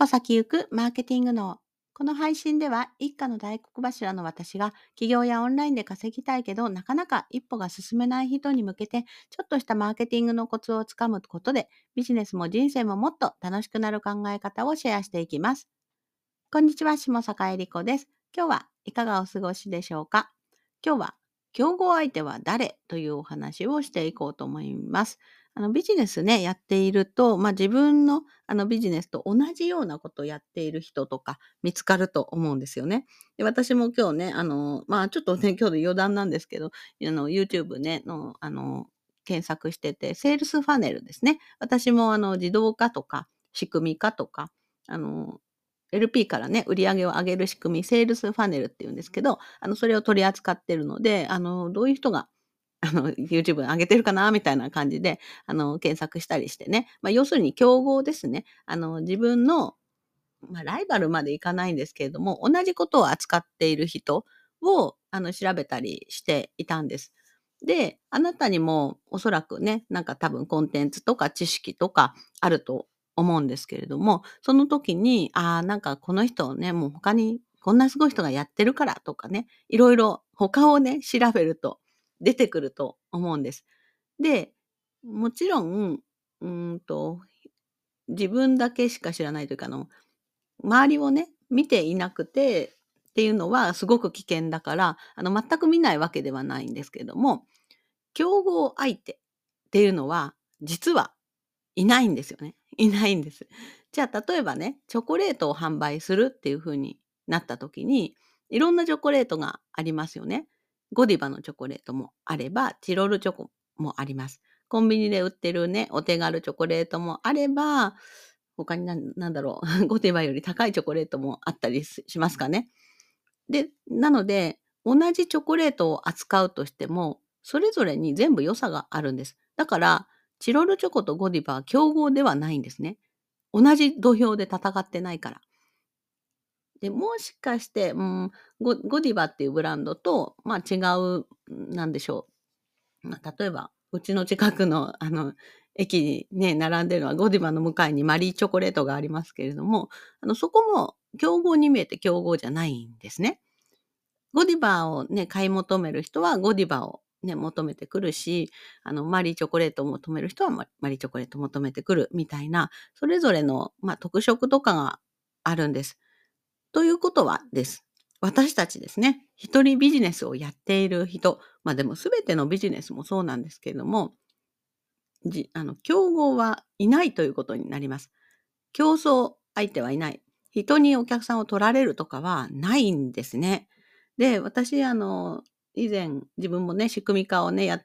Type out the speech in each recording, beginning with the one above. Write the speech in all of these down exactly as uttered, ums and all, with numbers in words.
歩先行くマーケティング脳。この配信では一家の大黒柱の私が起業やオンラインで稼ぎたいけどなかなか一歩が進めない人に向けてちょっとしたマーケティングのコツをつかむことでビジネスも人生ももっと楽しくなる考え方をシェアしていきます。こんにちは、下坂恵理子です。今日はいかがお過ごしでしょうか。今日は競合相手は誰というお話をしていこうと思います。あのビジネスね、やっていると、まあ、自分のあのビジネスと同じようなことをやっている人とか見つかると思うんですよね。で、私も今日ね、あの、まあ、ちょっとね、今日で余談なんですけど、あの YouTube ね、の、あの、検索してて、セールスファネルですね。私もあの自動化とか仕組み化とか、あの、エルピー からね、売り上げを上げる仕組み、セールスファネルっていうんですけど、あの、それを取り扱ってるので、あの、どういう人が、あの、YouTube に上げてるかなみたいな感じで、あの、検索したりしてね。まあ、要するに競合ですね。あの、自分の、まあ、ライバルまでいかないんですけれども、同じことを扱っている人を、あの、調べたりしていたんです。で、あなたにもおそらくね、なんか多分コンテンツとか知識とかあると思うんですけれども、その時に、ああ、なんかこの人ね、もう他にこんなすごい人がやってるからとかね、いろいろ他をね、調べると出てくると思うんです。で、もちろん、うーんと、自分だけしか知らないというか、あの、周りをね、見ていなくてっていうのはすごく危険だから、あの、全く見ないわけではないんですけれども、競合相手っていうのは、実はいないんですよね。いないんです。じゃあ、例えばね、チョコレートを販売するっていう風になった時に、いろんなチョコレートがありますよね。ゴディバのチョコレートもあれば、チロルチョコもあります。コンビニで売ってるね、お手軽チョコレートもあれば、他になんなんだろう、ゴディバより高いチョコレートもあったりししますかね。で、なので、同じチョコレートを扱うとしても、それぞれに全部良さがあるんです。だから、チロルチョコとゴディバは競合ではないんですね。同じ土俵で戦ってないから。で、もしかして、うん、ゴゴディバっていうブランドと、まあ、違う、なんでしょう。まあ、例えば、うちの近くの、あの、駅にね、並んでるのはゴディバの向かいにマリーチョコレートがありますけれども、あの、そこも競合に見えて競合じゃないんですね。ゴディバをね、買い求める人はゴディバをね、求めてくるし、あの、マリーチョコレートを求める人はママリーチョコレートを求めてくるみたいな、それぞれの、まあ、特色とかがあるんです。ということはです。私たちですね、一人ビジネスをやっている人、まあ、でも全てのビジネスもそうなんですけれども、じあの、競合はいないということになります。競争相手はいない。人にお客さんを取られるとかはないんですね。で、私、あの、以前自分もね、仕組み化をね、やって、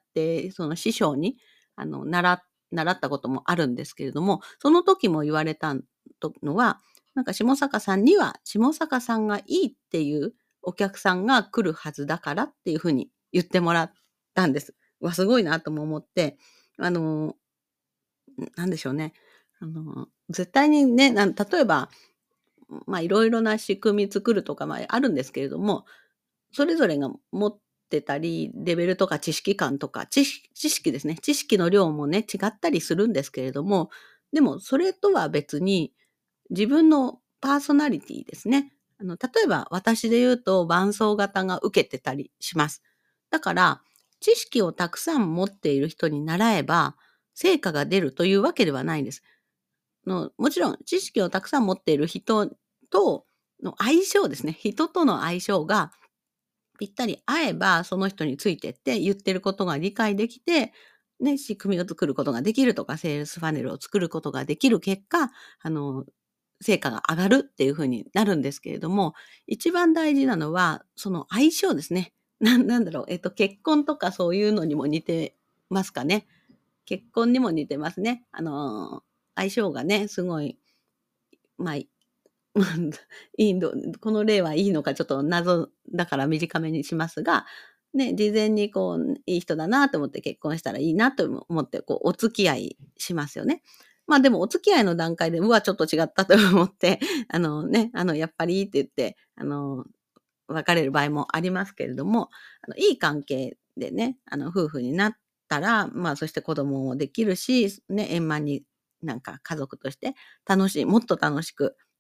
その師匠に、あの、習習ったこともあるんですけれども、その時も言われたとのは、なんか下坂さんには、下坂さんがいいっていうお客さんが来るはずだからっていう風に言ってもらったんです。わ、すごいなとも思って、あの、なんでしょうね。あの、絶対にね、なん例えば、まあ、いろいろな仕組み作るとか、まあ、あるんですけれども、それぞれが持ってたり、レベルとか知識感とか、知識知識ですね。知識の量もね、違ったりするんですけれども、でもそれとは別に、自分のパーソナリティですね。あの、例えば私で言うと伴走型が受けてたりします。だから、知識をたくさん持っている人に習えば、成果が出るというわけではないんです。の、もちろん知識をたくさん持っている人との相性ですね。人との相性がぴったり合えば、その人についてって言ってることが理解できて、ね、仕組みを作ることができるとか、セールスファネルを作ることができる結果、あの、成果が上がるっていう風になるんですけれども、一番大事なのは、その相性ですね。なんなんだろう、えっと、結婚とかそういうのにも似てますかね。結婚にも似てますね。あの、相性がね、すごい、まあ、いいのこの例はいいのかちょっと謎だから短めにしますが、ね、事前にこう、いい人だなと思って結婚したらいいなと思って、こう、お付き合いしますよね。まあ、でもお付き合いの段階で、うわ、ちょっと違ったと思って、あのね、あの、やっぱりって言って、あの、別れる場合もありますけれども、あの、いい関係でね、あの、夫婦になったら、まあ、そして子供もできるし、ね、円満になんか家族として楽しいもっと楽しく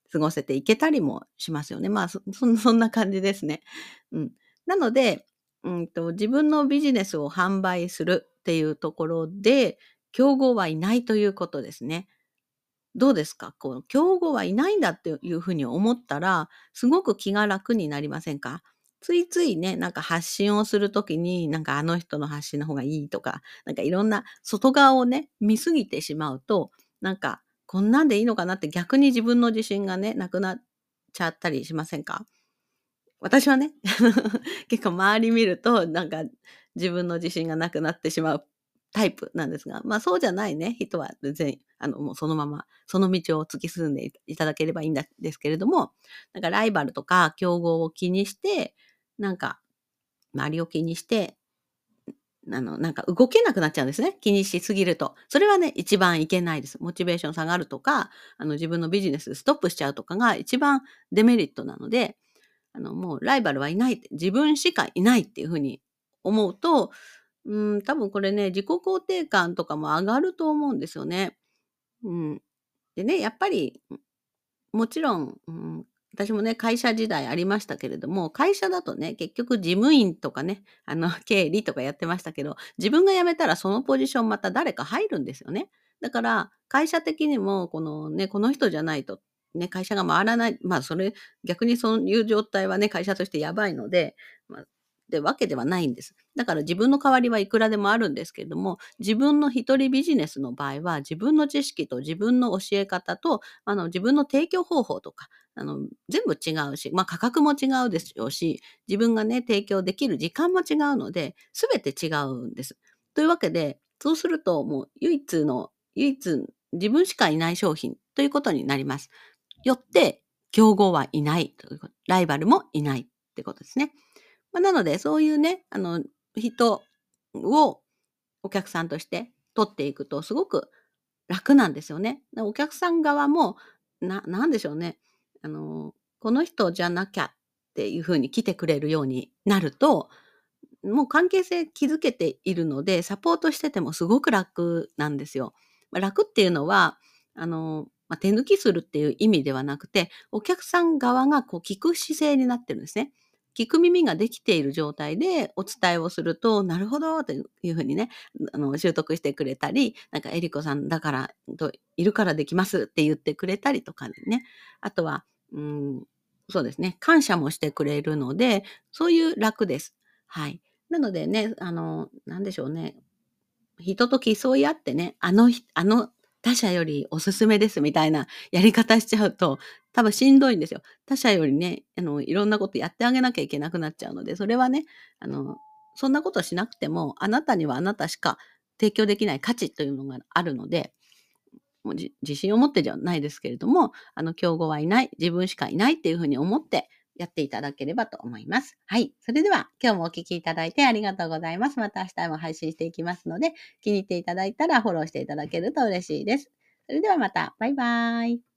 過ごせていけたりもしますよね。まあ、そそんそんな感じですね。うん。なので、うんと、自分のビジネスを販売するっていうところで、競合はいないということですね。どうですか？こう、競合はいないんだっていうふうに思ったら、すごく気が楽になりませんか？ついついね、なんか発信をするときに、なんかあの人の発信の方がいいとか、なんかいろんな外側をね、見過ぎてしまうと、なんか、こんなんでいいのかなって逆に自分の自信がね、なくなっちゃったりしませんか？私はね、結構周り見ると、なんか自分の自信がなくなってしまうタイプなんですが、まあ、そうじゃないね、人は全然、あの、もうそのまま、その道を突き進んでいいただければいいんだですけれども、なんかライバルとか競合を気にして、なんか周りを気にして、あの、なんか動けなくなっちゃうんですね、気にしすぎると。それはね、一番いけないです。モチベーション下がるとか、あの、自分のビジネスストップしちゃうとかが一番デメリットなので、あの、もうライバルはいないって、自分しかいないっていう風に思うと、うーん、多分これね、自己肯定感とかも上がると思うんですよね。うん。でね、やっぱり、もちろん、うん、私もね、会社時代ありましたけれども、会社だとね、結局事務員とかね、あの、経理とかやってましたけど、自分が辞めたらそのポジションまた誰か入るんですよね。だから、会社的にも、このね、この人じゃないと、ね、会社が回らない、まあ、それ、逆にそういう状態はね、会社としてやばいので、まあ、ってわけではないんです。だから自分の代わりはいくらでもあるんですけれども、自分の一人ビジネスの場合は、自分の知識と自分の教え方と、あの、自分の提供方法とか、あの、全部違うし、まあ、価格も違うでしょうし、自分がね、提供できる時間も違うので、すべて違うんです。というわけで、そうするともう唯一の唯一自分しかいない商品ということになります。よって、競合はいないということ、ライバルもいないってことですね。まあ、なので、そういうね、あの、人をお客さんとして取っていくとすごく楽なんですよね。で、お客さん側も、ななんでしょうね、あの、この人じゃなきゃっていう風に来てくれるようになると、もう関係性築けているので、サポートしててもすごく楽なんですよ。ま、楽っていうのは、あの、ま、手抜きするっていう意味ではなくて、お客さん側がこう聞く姿勢になってるんですね。聞く耳ができている状態でお伝えをすると、なるほどといういう風にね、あの、習得してくれたり、なんかえりこさんだからといるからできますって言ってくれたりとかね。あとは、うーん、そうですね、感謝もしてくれるので、そういう楽です。はい。なのでね、あの、なんでしょうね、人と競い合ってね、あのひあの他社よりおすすめですみたいなやり方しちゃうと、多分しんどいんですよ。他社よりね、あの、いろんなことやってあげなきゃいけなくなっちゃうので、それはね、あの、そんなことしなくても、あなたにはあなたしか提供できない価値というのがあるので、もうじ自信を持ってじゃないですけれども、あの、競合はいない、自分しかいないっていうふうに思ってやっていただければと思います。はい。それでは、今日もお聞きいただいてありがとうございます。また明日も配信していきますので、気に入っていただいたらフォローしていただけると嬉しいです。それではまた。バイバーイ。